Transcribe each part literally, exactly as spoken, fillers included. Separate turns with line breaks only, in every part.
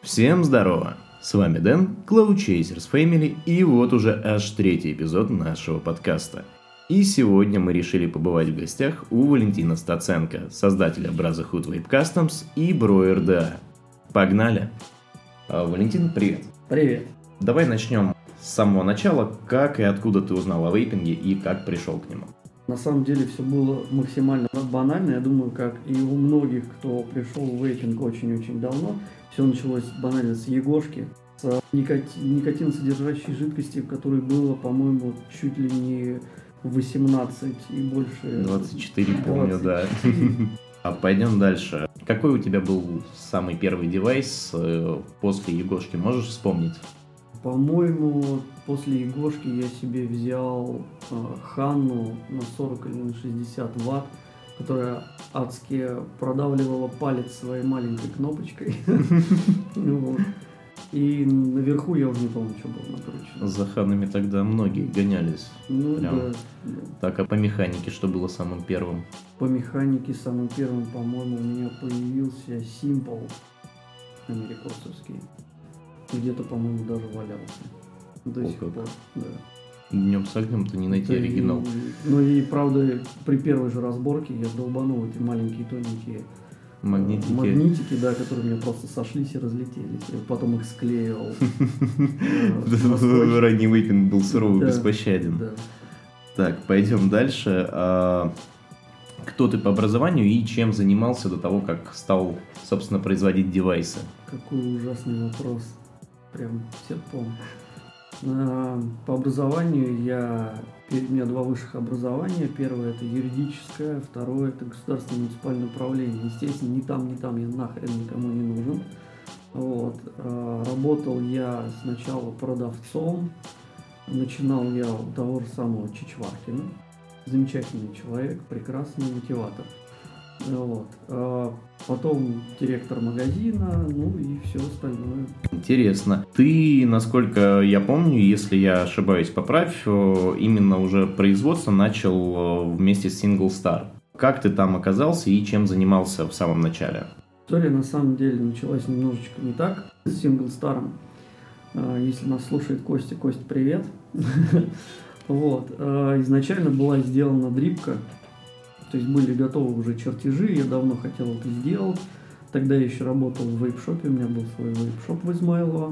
Всем здорово! С вами Дэн, Cloud Chasers Family, и вот уже аж третий эпизод нашего подкаста. И сегодня мы решили побывать в гостях у Валентина Стаценко, создателя Brotherhood Vape Customs и BroRDA. Погнали! А, Валентин, привет!
Привет!
Давай начнем с самого начала. Как и откуда ты узнал о вейпинге и как пришел к нему?
На самом деле все было максимально банально. Я думаю, как и у многих, кто пришел в вейпинг очень-очень давно, все началось банально с егошки, с никоти- никотиносодержащей жидкости, в которой было, по-моему, чуть ли не восемнадцать и больше.
двадцать четыре, помню,
двадцать
да.
четыре.
А пойдем дальше. Какой у тебя был самый первый девайс э, после егошки? Можешь вспомнить?
По-моему, после егошки я себе взял э, Ханну на сорок или на шестьдесят ватт, которая адски продавливала палец своей маленькой кнопочкой. И наверху я уже не помню, что было накручено.
За Ханнами тогда многие гонялись.
Ну
Прям.
да, да.
Так, а по механике что было самым первым?
По механике самым первым, по-моему, у меня появился Simple америкосовский. Где-то, по-моему, даже валялся. До
О,
сих
как.
пор, да.
Днем с огнем-то не найти
Да,
оригинал.
и- ну и, правда, при первой же разборке я долбанул эти маленькие тоненькие э,
Магнитики.
магнитики, да, которые у меня просто сошлись и разлетелись. Я потом их склеивал. э, на скотч.
Ранний вейпинг был суровый,
Да,
беспощаден.
да.
Так, пойдем дальше. А, Кто ты по образованию и чем занимался до того, как стал, собственно, производить девайсы?
Какой ужасный вопрос. Прям серпом. А, По образованию я... У меня два высших образования. Первое это юридическое, второе это государственное муниципальное управление. Естественно, ни там, ни там я нахрен никому не нужен. Вот. А, Работал я сначала продавцом. Начинал я у того же самого Чичваркина. Замечательный человек, прекрасный мотиватор. Вот. А потом директор магазина, ну и все остальное.
Интересно. Ты, насколько я помню, если я ошибаюсь, поправь, э, именно уже производство начал э, вместе с Single Star. Как ты там оказался и чем занимался в самом начале?
История на самом деле началась немножечко не так с Single Star. А, Если нас слушает Костя, Костя, привет. Вот. А, Изначально была сделана дрипка. То есть были готовы уже чертежи, я давно хотел это сделать. Тогда я еще работал в вейп-шопе, у меня был свой вейп-шоп в Измайлово,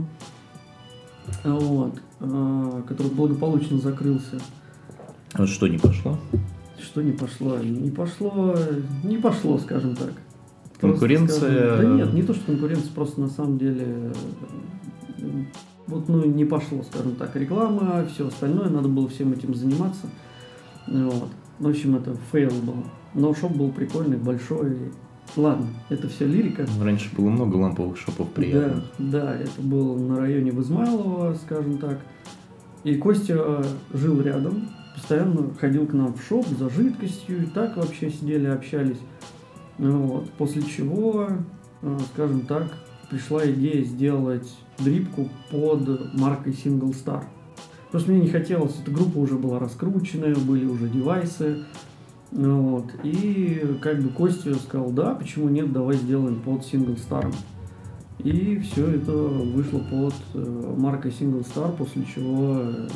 вот, а, который благополучно закрылся.
А что не пошло?
Что не пошло? Не пошло, не пошло, скажем так. Просто,
Конкуренция?
скажем, да нет, не то, что конкуренция, просто на самом деле э, вот, ну, не пошло, скажем так, реклама, все остальное, надо было всем этим заниматься. Вот. В общем, это фейл был. Но шоп был прикольный, большой. Ладно, это все лирика.
Раньше было много ламповых шопов приятных.
Да, да, это было на районе в Измайлово, скажем так. И Костя жил рядом, постоянно ходил к нам в шоп за жидкостью, и так вообще сидели, общались. Вот. После чего, э, скажем так, пришла идея сделать дрипку под маркой Single Star. Просто мне не хотелось, эта группа уже была раскрученная, были уже девайсы. Вот. И как бы Костя сказал, да, почему нет, давай сделаем под Single Star. И все это вышло под э, маркой Single Star, после чего э,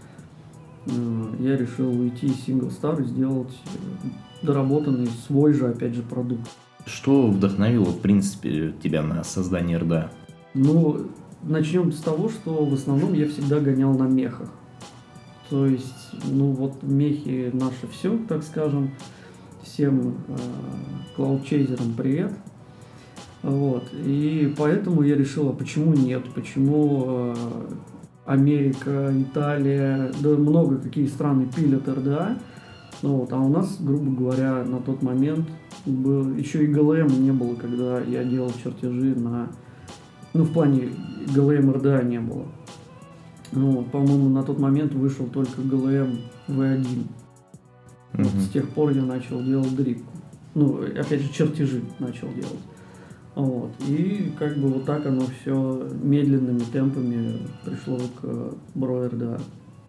э, я решил уйти из Single Star и сделать э, доработанный свой же, опять же, продукт.
Что вдохновило, в принципе, тебя на создание эр ди эй?
Ну, начнем с того, что в основном я всегда гонял на мехах. То есть, ну вот мехи наше все, так скажем. Всем э, клаудчейзерам привет. Вот. И поэтому я решил, а почему нет? Почему э, Америка, Италия, да много какие страны пилят эр ди эй. Вот. А у нас, грубо говоря, на тот момент был, еще и гэ эл эм не было, когда я делал чертежи на... Ну, в плане гэ эл эм эр ди эй не было. Ну, по-моему, на тот момент вышел только гэ эл эм ви один. Вот
Мгм.
с тех пор я начал делать дрипку. Ну, опять же, чертежи начал делать. Вот. И как бы вот так оно все медленными темпами пришло к BroRDA.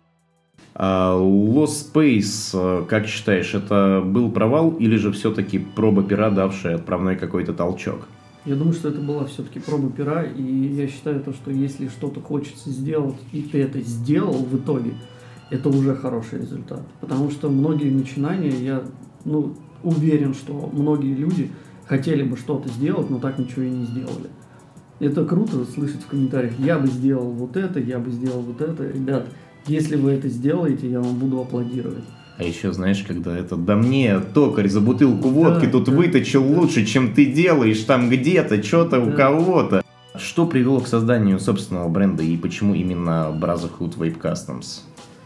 А Lost Space, как считаешь, это был провал или же все-таки проба пера, давшая отправной какой-то толчок?
Я думаю, что это была все-таки проба пера, и я считаю то, что если что-то хочется сделать, и ты это сделал в итоге, это уже хороший результат. Потому что многие начинания, я ну, уверен, что многие люди хотели бы что-то сделать, но так ничего и не сделали. Это круто слышать в комментариях: я бы сделал вот это, я бы сделал вот это. Ребят, если вы это сделаете, я вам буду аплодировать.
А еще, знаешь, когда это: да мне токарь за бутылку водки
да,
тут
да,
выточил
да.
лучше, чем ты делаешь там где-то, что-то
Да.
у кого-то. Что привело к созданию собственного бренда и почему именно Brotherhood Vape Customs?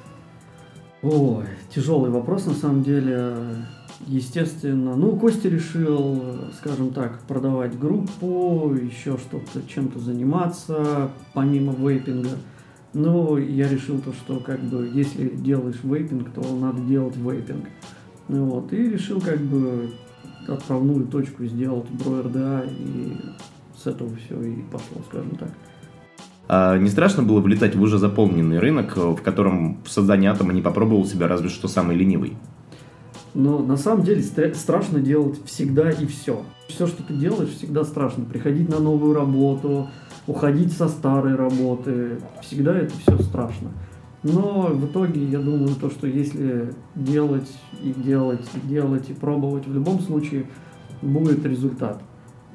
Ой, тяжелый вопрос на самом деле. Естественно, ну, Костя решил, скажем так, продавать группу, еще что-то, чем-то заниматься, помимо вейпинга. Но я решил то, что как бы если делаешь вейпинг, то надо делать вейпинг. Ну, вот, и решил как бы отправную точку сделать BroRDA, и с этого все и пошло, скажем так.
А не страшно было влетать в уже заполненный рынок, в котором в создании атома не попробовал себя разве что самый ленивый?
Но на самом деле стра- страшно делать всегда и все. Все, что ты делаешь, всегда страшно. Приходить на новую работу, уходить со старой работы, всегда это все страшно. Но в итоге я думаю, то, что если делать и делать, и делать, и пробовать, в любом случае будет результат.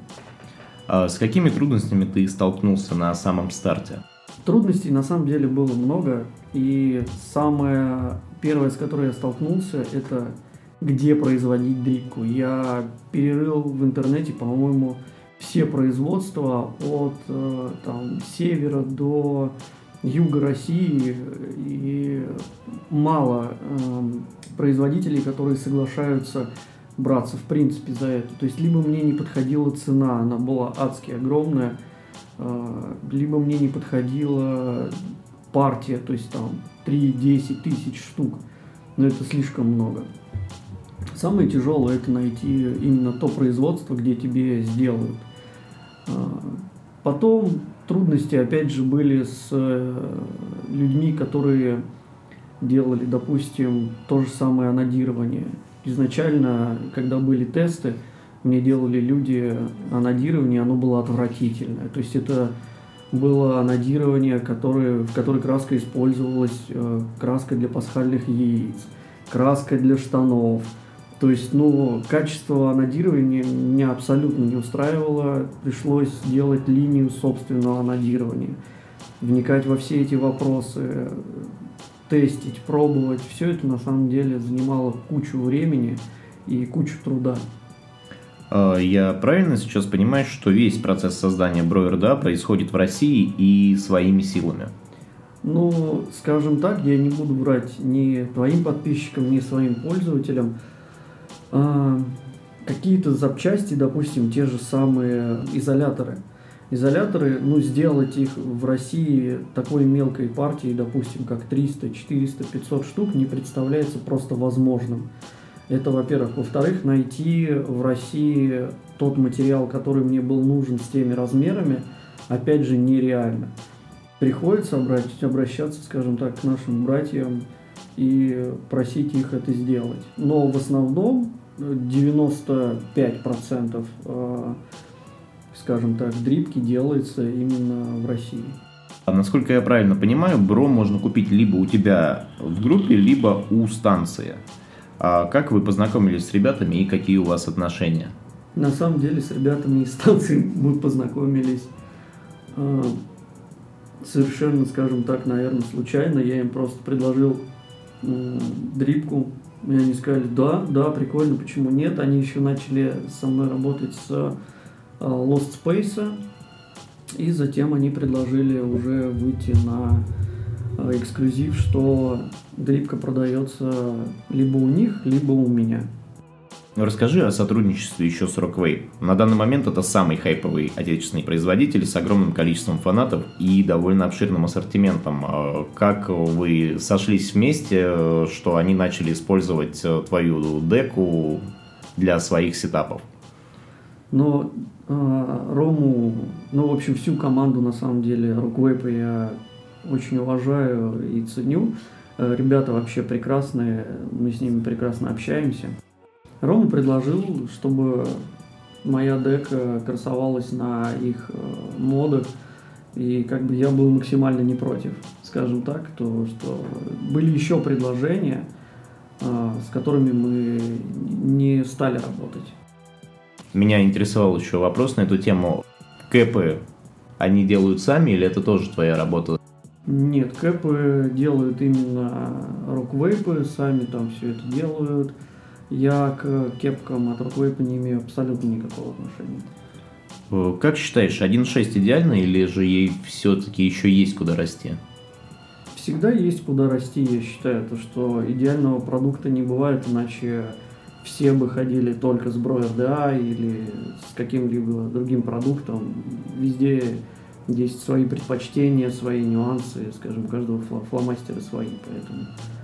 А с какими трудностями ты столкнулся на самом старте?
Трудностей на самом деле было много, и самое первое, с которой я столкнулся, это где производить дрипку. Я перерыл в интернете, по-моему, все производства от э, там, севера до юга России, и мало э, производителей, которые соглашаются браться в принципе за это. То есть либо мне не подходила цена, она была адски огромная, э, либо мне не подходила партия, то есть там три-десять тысяч штук, но это слишком много. Самое тяжелое — это найти именно то производство, где тебе сделают. Потом трудности, опять же, были с людьми, которые делали, допустим, то же самое анодирование. Изначально, когда были тесты, мне делали люди анодирование, оно было отвратительное. То есть это было анодирование, которое, в которой краска использовалась, краска для пасхальных яиц, краска для штанов. То есть, ну, качество анодирования меня абсолютно не устраивало. Пришлось делать линию собственного анодирования, вникать во все эти вопросы, тестить, пробовать. Все это на самом деле занимало кучу времени и кучу труда.
Я правильно сейчас понимаю, что весь процесс создания BroRDA происходит в России и своими силами?
Ну, скажем так, я не буду врать ни твоим подписчикам, ни своим пользователям. А, какие-то запчасти, допустим, те же самые изоляторы. Изоляторы, ну, сделать их в России такой мелкой партией, допустим, как триста, четыреста, пятьсот штук, не представляется просто возможным. Это, во-первых. Во-вторых, найти в России тот материал, который мне был нужен с теми размерами, опять же, нереально. Приходится обращаться, обращаться, скажем так, к нашим братьям и просить их это сделать. Но в основном девяносто пять процентов, скажем так, дрипки делается именно в России.
А насколько я правильно понимаю, бро можно купить либо у тебя в группе, либо у станции. А как вы познакомились с ребятами и какие у вас отношения?
На самом деле с ребятами из станции мы познакомились э, совершенно, скажем так, наверное, случайно. Я им просто предложил э, дрипку. И они сказали: да, да, прикольно, почему нет. Они еще начали со мной работать с э, Lost Space. И затем они предложили уже выйти на э, эксклюзив, что дрипка продается либо у них, либо у меня.
Расскажи о сотрудничестве еще с Rockwave. На данный момент это самый хайповый отечественный производитель с огромным количеством фанатов и довольно обширным ассортиментом. Как вы сошлись вместе, что они начали использовать твою деку для своих сетапов?
Но э, Рому, ну, в общем, всю команду, на самом деле, Rockwave я очень уважаю и ценю. Ребята вообще прекрасные, мы с ними прекрасно общаемся. Рома предложил, чтобы моя дека красовалась на их модах, и как бы я был максимально не против, скажем так, то что были еще предложения, с которыми мы не стали работать.
Меня интересовал еще вопрос на эту тему. Кэпы они делают сами или это тоже твоя работа?
Нет, кэпы делают именно роквейпы, сами там все это делают. Я к кепкам от роквейпа не имею абсолютно никакого отношения.
Как считаешь, один шесть идеально или же ей все-таки еще есть куда расти?
Всегда есть куда расти, я считаю, то, что идеального продукта не бывает, иначе все бы ходили только с Bro эр ди эй или с каким-либо другим продуктом. Везде есть свои предпочтения, свои нюансы, скажем, у каждого фломастера свои, поэтому...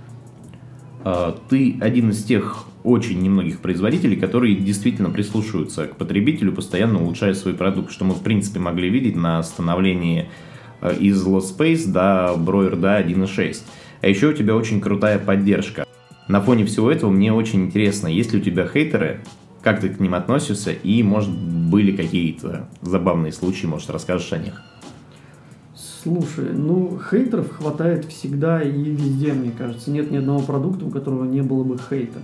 Ты один из тех очень немногих производителей, которые действительно прислушиваются к потребителю, постоянно улучшая свой продукт, что мы, в принципе, могли видеть на становлении из Lost Space до Bro эр ди эй один шесть. А еще у тебя очень крутая поддержка. На фоне всего этого мне очень интересно, есть ли у тебя хейтеры, как ты к ним относишься, и, может, были какие-то забавные случаи, может, расскажешь о них?
Слушай, ну, хейтеров хватает всегда и везде, мне кажется. Нет ни одного продукта, у которого не было бы хейта.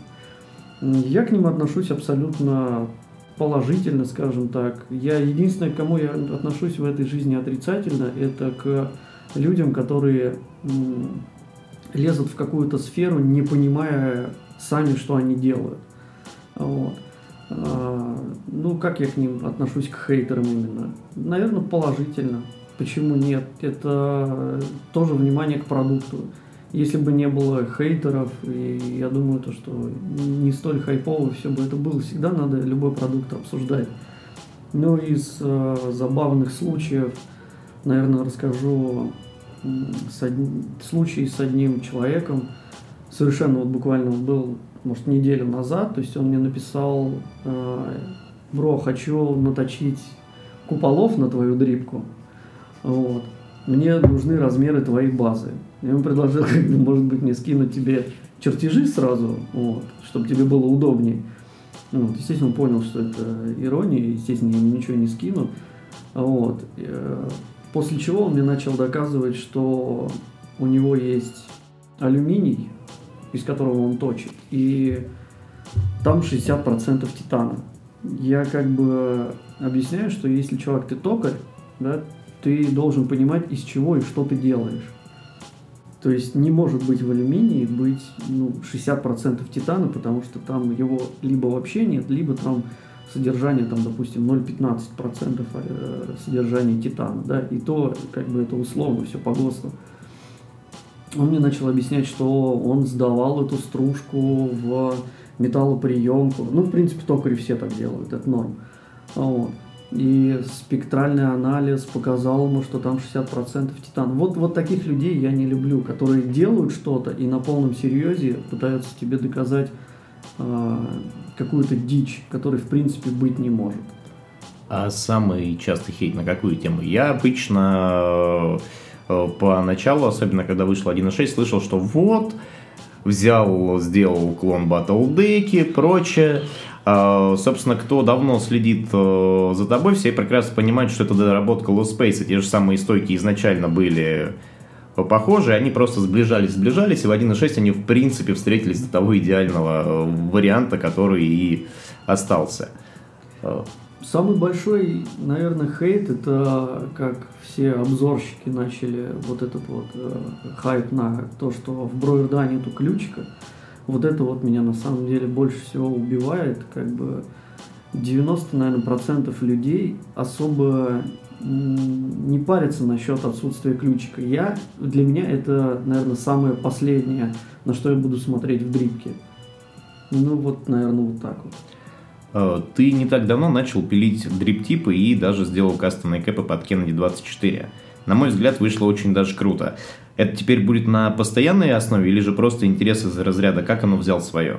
Я к ним отношусь абсолютно положительно, скажем так. Я единственное, к кому я отношусь в этой жизни отрицательно, это к людям, которые м, лезут в какую-то сферу, не понимая сами, что они делают. Вот. А, ну, как я к ним отношусь, к хейтерам именно? Наверное, положительно. Почему нет? Это тоже внимание к продукту. Если бы не было хейтеров, и я думаю, то, что не столь хайпово все бы это было, всегда надо любой продукт обсуждать. Ну, из э, забавных случаев, наверное, расскажу с од... случай с одним человеком. Совершенно вот буквально он был, может, неделю назад, то есть он мне написал: «Бро, хочу наточить куполов на твою дрипку. Вот. Мне нужны размеры твоей базы». Я ему предложил, как бы, может быть, мне скинуть тебе чертежи сразу, вот, чтобы тебе было удобнее. Вот. Естественно, он понял, что это ирония, естественно, я ему ничего не скину. Вот. После чего он мне начал доказывать, что у него есть алюминий, из которого он точит, и там шестьдесят процентов титана. Я как бы объясняю, что если, чувак, ты токарь, да, ты должен понимать, из чего и что ты делаешь. То есть не может быть в алюминии быть ну, шестьдесят процентов титана, потому что там его либо вообще нет, либо там содержание, там, допустим, ноль целых пятнадцать сотых процента содержания титана. Да? И то, как бы, это условно, все по ГОСТу. Он мне начал объяснять, что он сдавал эту стружку в металлоприемку. Ну, в принципе, токари все так делают, это норм. Вот. И спектральный анализ показал ему, что там шестьдесят процентов титана. Вот, вот таких людей я не люблю, которые делают что-то и на полном серьезе пытаются тебе доказать э, какую-то дичь, которой в принципе быть не может.
А самый частый хейт на какую тему? Я обычно э, поначалу, особенно когда вышел один шесть, слышал, что вот, взял, сделал клон Battle Deck и прочее. Uh, собственно, кто давно следит uh, за тобой, все прекрасно понимают, что это доработка Lost Space. Те же самые стойки изначально были похожи, они просто сближались, сближались, и в один шесть они в принципе встретились до того идеального uh, варианта, который и остался. Uh.
Самый большой, наверное, хейт — это как все обзорщики начали вот этот вот uh, хайп на то, что в Bro эр ди эй нету ключика. Вот это вот меня на самом деле больше всего убивает. Как бы девяносто, наверное, процентов людей особо не парятся насчет отсутствия ключика. Я, для меня это, наверное, самое последнее, на что я буду смотреть в дрипке. Ну вот, наверное, вот так вот.
Ты не так давно начал пилить дрип-типы и даже сделал кастомные кэпы под Kennedy двадцать четыре. На мой взгляд, вышло очень даже круто. Это теперь будет на постоянной основе или же просто интерес из разряда, как оно взял свое?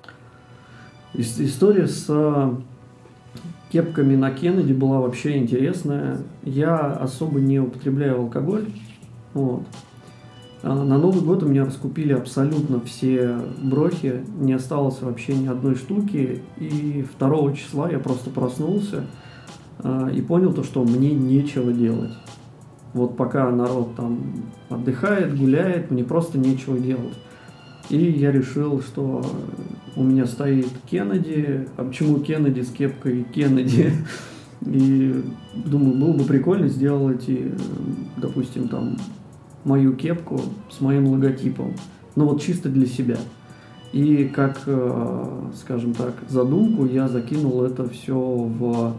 История с кепками на Kennedy была вообще интересная. Я особо не употребляю алкоголь. Вот. На Новый год у меня раскупили абсолютно все брохи, не осталось вообще ни одной штуки, и второго числа я просто проснулся и понял то, что мне нечего делать. Вот пока народ там отдыхает, гуляет, мне просто нечего делать. И я решил, что у меня стоит Кеннеди, а почему Кеннеди с кепкой Кеннеди? И думаю, было бы прикольно сделать, и, допустим, там мою кепку с моим логотипом, ну вот чисто для себя. И как, скажем так, задумку я закинул это все в,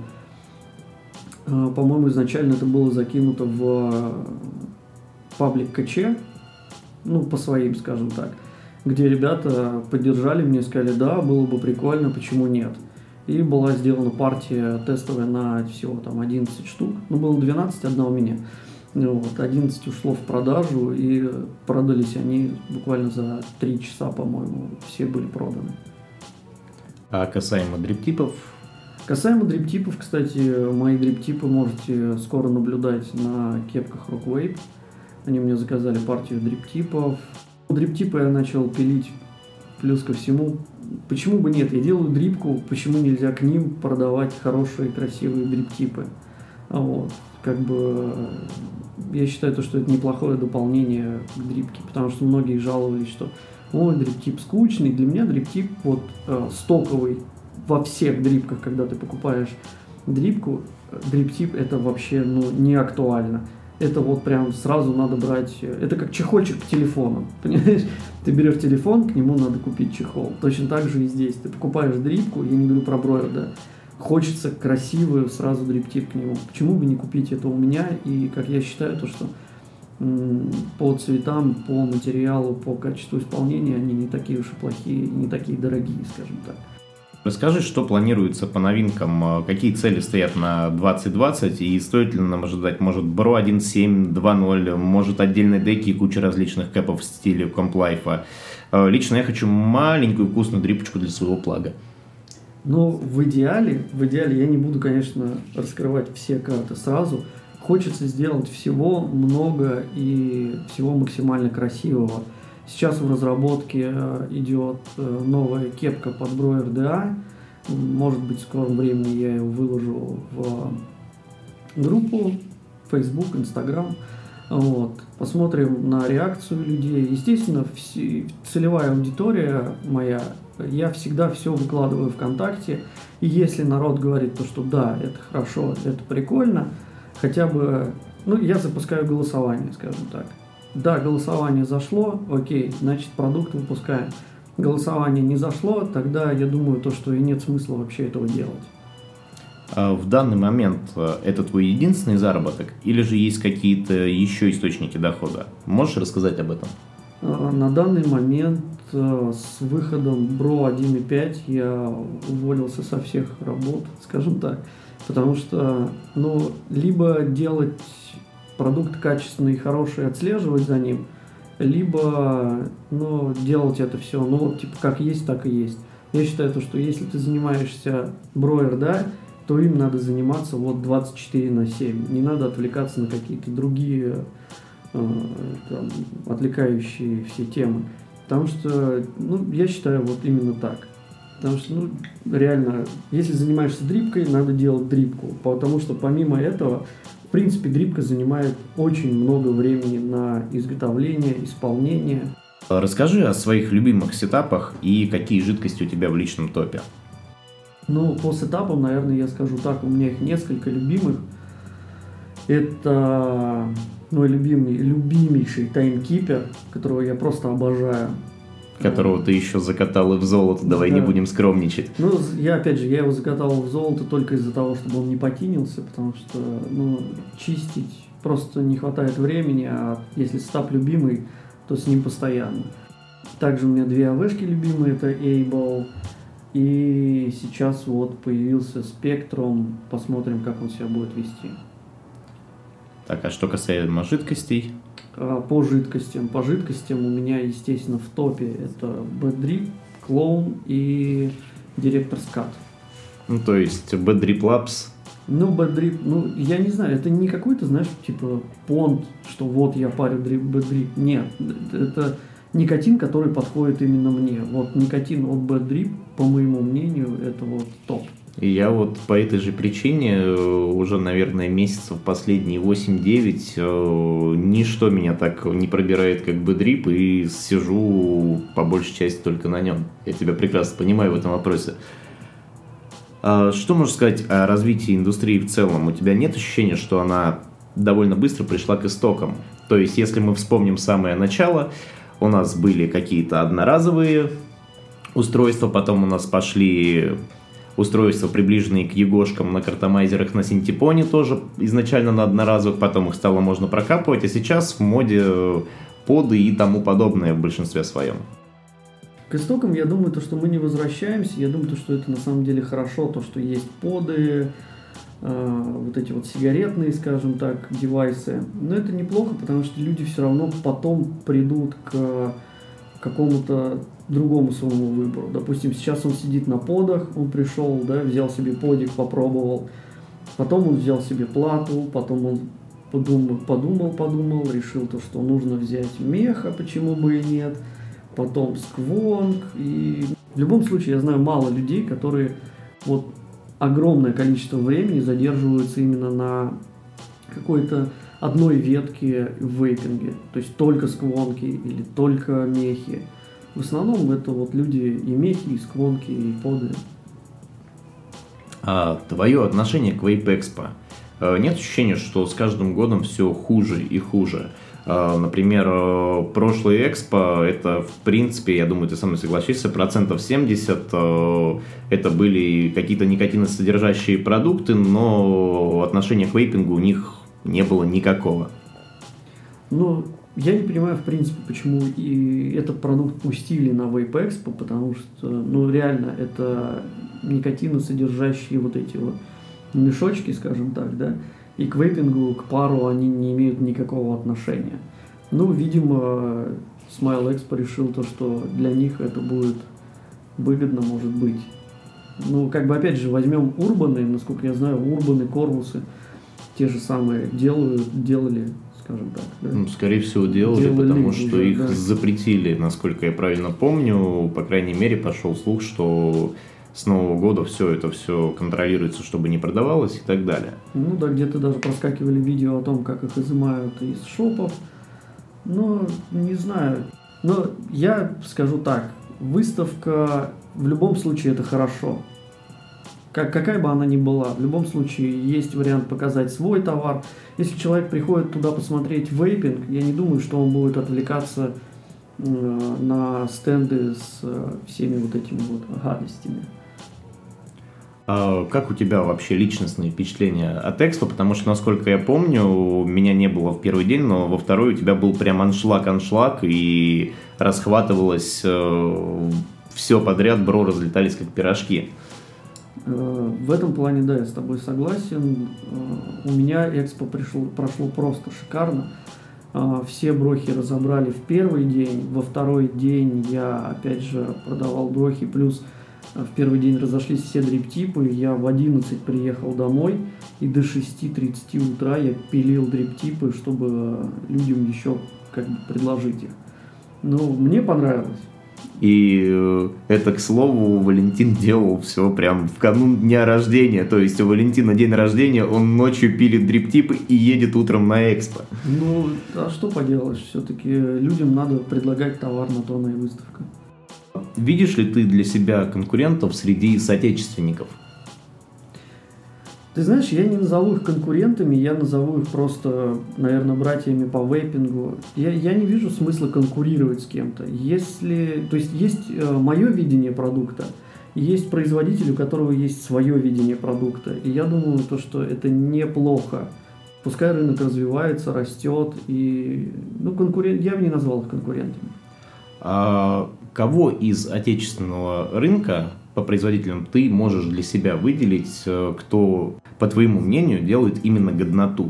по-моему, изначально это было закинуто в паблик КЧ, ну по своим, скажем так, где ребята поддержали меня и сказали, да, было бы прикольно, почему нет. И была сделана партия тестовая на всего там одиннадцать штук, ну было двенадцать, одна у меня. Вот, одиннадцать ушло в продажу, и продались они буквально за три часа, по-моему, все были проданы.
А касаемо дриптипов?
Касаемо дриптипов, кстати, мои дриптипы можете скоро наблюдать на кепках Rockwave. Они мне заказали партию дриптипов. Дриптипы я начал пилить, плюс ко всему, почему бы нет, я делаю дрипку, почему нельзя к ним продавать хорошие, красивые дриптипы. Вот. Как бы я считаю, что это неплохое дополнение к дрипке, потому что многие жаловались, что ой, дриптип скучный. Для меня дриптип вот э, стоковый во всех дрипках, когда ты покупаешь дрипку, дриптип это вообще ну, не актуально. Это вот прям сразу надо брать, это как чехольчик к телефону, понимаешь? Ты берешь телефон, к нему надо купить чехол. Точно так же и здесь. Ты покупаешь дрипку, я не говорю про броер, да, хочется красивую сразу дриптип к нему. Почему бы не купить это у меня? И, как я считаю, то, что м- по цветам, по материалу, по качеству исполнения они не такие уж и плохие, не такие дорогие, скажем так.
Расскажи, что планируется по новинкам, какие цели стоят на двадцать двадцать и стоит ли нам ожидать, может, Bro один семь, два ноль, может, отдельные деки и куча различных кэпов в стиле комплайфа. Лично я хочу маленькую вкусную дрипочку для своего плага.
Ну, в идеале, в идеале я не буду, конечно, раскрывать все карты сразу. Хочется сделать всего много и всего максимально красивого. Сейчас в разработке идет новая кепка под Bro эр дэ а. Может быть, в скором времени я ее выложу в группу, Facebook, Instagram. Вот. Посмотрим на реакцию людей. Естественно, все, целевая аудитория моя, я всегда все выкладываю ВКонтакте. И если народ говорит, то, что да, это хорошо, это прикольно, хотя бы, ну, я запускаю голосование, скажем так. Да, голосование зашло, окей, значит, продукт выпускаем. Голосование не зашло, тогда я думаю, то, что и нет смысла вообще этого делать.
А в данный момент это твой единственный заработок или же есть какие-то еще источники дохода? Можешь рассказать об этом?
На данный момент с выходом Bro один и пять я уволился со всех работ, скажем так, потому что, ну, либо делать продукт качественный и хороший, отслеживать за ним, либо, ну, делать это все, ну, вот, типа, как есть, так и есть. Я считаю, то, что если ты занимаешься Bro эр дэ а, то им надо заниматься вот двадцать четыре на семь. Не надо отвлекаться на какие-то другие э, там, отвлекающие все темы. Потому что, ну, я считаю, вот именно так. Потому что, ну, реально, если занимаешься дрипкой, надо делать дрипку. Потому что помимо этого, в принципе, дрипка занимает очень много времени на изготовление, исполнение.
Расскажи о своих любимых сетапах и какие жидкости у тебя в личном топе.
Ну, по сетапам, наверное, я скажу так, у меня их несколько любимых. Это мой любимый, любимейший таймкипер, которого я просто обожаю.
Которого ты еще закатал и в золото, давай да. Не будем скромничать.
Ну, я, опять же, я его закатал в золото только из-за того, чтобы он не потинился, потому что, ну, чистить просто не хватает времени, а если сетап любимый, то с ним постоянно. Также у меня две АВшки любимые, это Able. И сейчас вот появился Spectrum, посмотрим, как он себя будет вести.
Так, а что касаемо жидкостей?
По жидкостям. По жидкостям у меня, естественно, в топе это Bad Drip, Clone и Director's Cut.
Ну, то есть Bad Drip Labs
Ну, Bad Drip, ну, я не знаю, это не какой-то, знаешь, типа понт, что вот я парю дрип, Bad Drip. Нет, это никотин, который подходит именно мне. Вот никотин от Bad Drip, по моему мнению, это вот топ.
И я вот по этой же причине уже, наверное, месяцев последние восемь-девять ничто меня так не пробирает, как Bad Drip, и сижу по большей части только на нем. Я тебя прекрасно понимаю в этом вопросе. Что можешь сказать о развитии индустрии в целом? У тебя нет ощущения, что она довольно быстро пришла к истокам? То есть, если мы вспомним самое начало, у нас были какие-то одноразовые устройства, потом у нас пошли устройства, приближенные к егошкам на картомайзерах на синтепоне, тоже изначально на одноразовых, потом их стало можно прокапывать, а сейчас в моде поды и тому подобное в большинстве своем.
К истокам, я думаю, то, что мы не возвращаемся, я думаю, то, что это на самом деле хорошо, то, что есть поды, э, вот эти вот сигаретные, скажем так, девайсы, но это неплохо, потому что люди все равно потом придут к какому-то другому своему выбору. Допустим, сейчас он сидит на подах, он пришел, да, взял себе подик, попробовал, потом он взял себе плату, потом он подумал, подумал, подумал, решил то, что нужно взять мех, а почему бы и нет, потом сквонг, и в любом случае я знаю мало людей, которые вот огромное количество времени задерживаются именно на какой-то одной ветке в вейпинге, то есть только сквонки или только мехи. В основном это вот люди и мехи, и сквонки, и поды.
А твое отношение к Вейп-Экспо? Нет ощущения, что с каждым годом все хуже и хуже? Например, прошлый Экспо, это в принципе, я думаю, ты со мной согласишься, процентов семьдесят это были какие-то никотиносодержащие продукты, но отношения к вейпингу у них не было никакого.
Ну, я не понимаю, в принципе, почему и этот продукт пустили на Вейп-Экспо, потому что, ну, реально, это никотиносодержащие вот эти вот мешочки, скажем так, да, и к вейпингу, к пару они не имеют никакого отношения. Ну, видимо, Smile Expo решил то, что для них это будет выгодно, может быть. Ну, как бы, опять же, возьмем урбаны, насколько я знаю, урбаны, корвусы, те же самые делают, делали, скажем так. Да?
Ну, скорее всего, делали, делали потому что уже, их да. запретили, насколько я правильно помню. По крайней мере, пошел слух, что с Нового года все это все контролируется, чтобы не продавалось и так далее.
Ну да, где-то даже проскакивали видео о том, как их изымают из шопов. Но не знаю. Но я скажу так, выставка в любом случае это хорошо. Как, какая бы она ни была, в любом случае есть вариант показать свой товар. Если человек приходит туда посмотреть вейпинг, я не думаю, что он будет отвлекаться э, на стенды с э, всеми вот этими вот гадостями.
А как у тебя вообще личностные впечатления от Экспо? Потому что, насколько я помню, меня не было в первый день, но во второй у тебя был прям аншлаг-аншлаг, и расхватывалось э, все подряд, бро, разлетались как пирожки.
В этом плане, да, я с тобой согласен. У меня Экспо пришло, прошло просто шикарно. Все брохи разобрали в первый день. Во второй день я, опять же, продавал брохи. Плюс в первый день разошлись все дрип-типы. Я в одиннадцать приехал домой. И до шести тридцати утра я пилил дрип-типы, чтобы людям еще как бы предложить их. Ну, мне понравилось.
И это, к слову, Валентин делал все прям в канун дня рождения. То есть у Валентина день рождения, он ночью пилит дрип-типы и едет утром на Экспо.
Ну, а что поделаешь, все-таки людям надо предлагать товар, на то она и выставка.
Видишь ли ты для себя конкурентов среди соотечественников?
Ты знаешь, я не назову их конкурентами, я назову их просто, наверное, братьями по вейпингу. Я, я не вижу смысла конкурировать с кем-то. Если, то есть есть э, мое видение продукта, есть производитель, у которого есть свое видение продукта. И я думаю, то, что это неплохо. Пускай рынок развивается, растет. И, ну, конкурент, я бы не назвал их конкурентами.
А кого из отечественного рынка по производителям ты можешь для себя выделить, кто, по твоему мнению, делает именно годноту?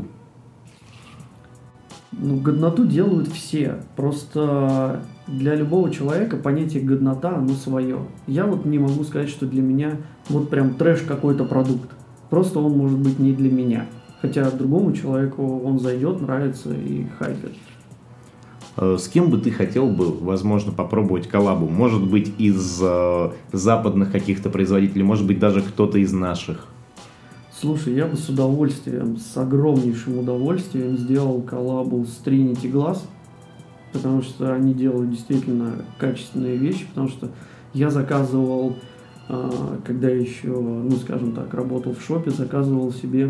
Ну, годноту делают все. Просто для любого человека понятие годнота, оно свое. Я вот не могу сказать, что для меня вот прям трэш какой-то продукт. Просто он может быть не для меня. Хотя другому человеку он зайдет, нравится и хайпит.
С кем бы ты хотел бы, возможно, попробовать коллабу? Может быть, из э, западных каких-то производителей, может быть, даже кто-то из наших?
Слушай, я бы с удовольствием, с огромнейшим удовольствием сделал коллабу с Trinity Glass, потому что они делают действительно качественные вещи, потому что я заказывал, э, когда еще, ну, скажем так, работал в шопе, заказывал себе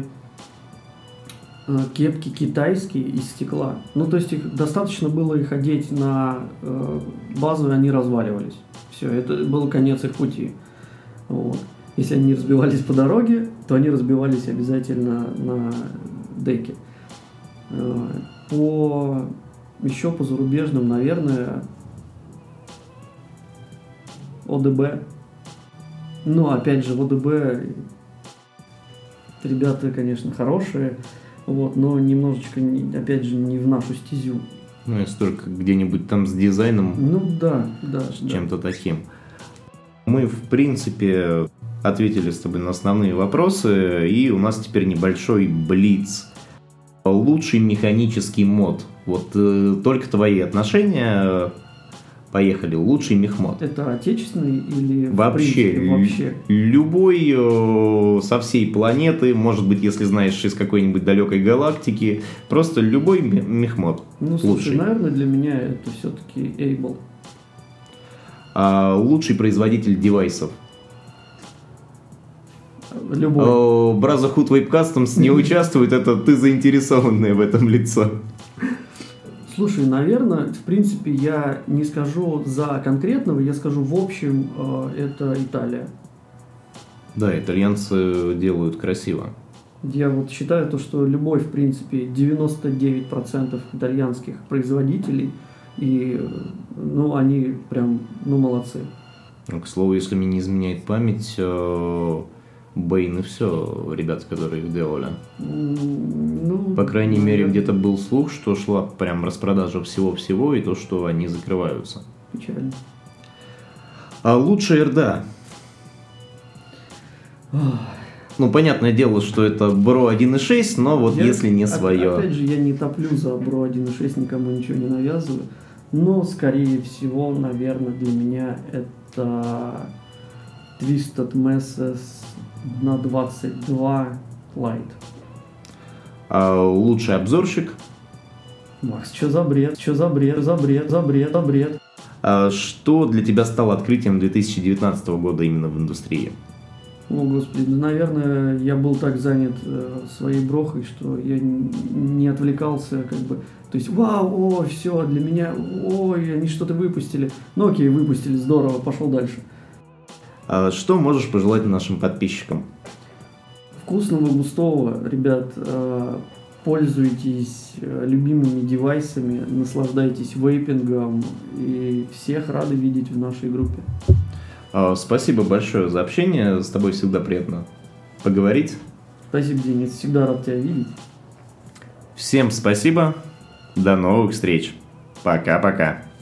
кепки китайские из стекла. Ну, то есть их достаточно было их одеть на э, базу, и они разваливались. Все, это был конец их пути. Вот. Если они не разбивались по дороге, то они разбивались обязательно на деке. Э, по еще по зарубежным, наверное, ОДБ. Ну, опять же, в ОДБ ребята, конечно, хорошие. Вот, но немножечко, опять же, не в нашу стезю.
Ну, если только где-нибудь там с дизайном.
Ну, да, да.
С чем-то да. таким. Мы, в принципе, ответили с тобой на основные вопросы, и у нас теперь небольшой блиц. Лучший механический мод. Вот э, только твои отношения. Поехали. Лучший мехмод.
Это отечественный или
вообще,
в принципе, вообще?
Любой э, со всей планеты, может быть, если знаешь, из какой-нибудь далекой галактики, просто любой мехмод.
Ну, слушай, лучший. Наверное, для меня это все-таки Able.
А лучший производитель девайсов?
Любой.
Brotherhood Wave Customs не участвует, это ты заинтересованное в этом лицо.
Слушай, наверное, в принципе, я не скажу за конкретного, я скажу в общем, это Италия.
Да, итальянцы делают красиво.
Я вот считаю то, что любой, в принципе, девяносто девять процентов итальянских производителей, и, ну, они прям, ну, молодцы.
К слову, если мне не изменяет память, Бэйн и все, ребята, которые их делали.
Ну,
По крайней
наверное.
мере, где-то был слух, что шла прям распродажа всего-всего, и то, что они закрываются.
Печально.
А лучшая эр ди эй? Ну, понятное дело, что это Бро один и шесть, но вот я, если не свое.
Опять же, я не топлю за Бро один и шесть, никому ничего не навязываю. Но, скорее всего, наверное, для меня это Twisted Messes на двадцать два Lite.
А лучший обзорщик?
Макс, что за бред? Что за бред? За бред? За бред? За бред?
А что для тебя стало открытием две тысячи девятнадцатого года именно в индустрии?
О, Господи, ну, наверное, я был так занят э, своей брохой, что я не отвлекался, как бы, то есть, вау, о, все, для меня, ой, они что-то выпустили. Ну, окей, выпустили, здорово, пошел дальше.
А что можешь пожелать нашим подписчикам?
Вкусного, густого, ребят, э, пользуйтесь э, любимыми девайсами, наслаждайтесь вейпингом, и всех рады видеть в нашей группе.
Спасибо большое за общение, с тобой всегда приятно поговорить.
Спасибо, Денис, всегда рад тебя видеть.
Всем спасибо, до новых встреч, пока-пока.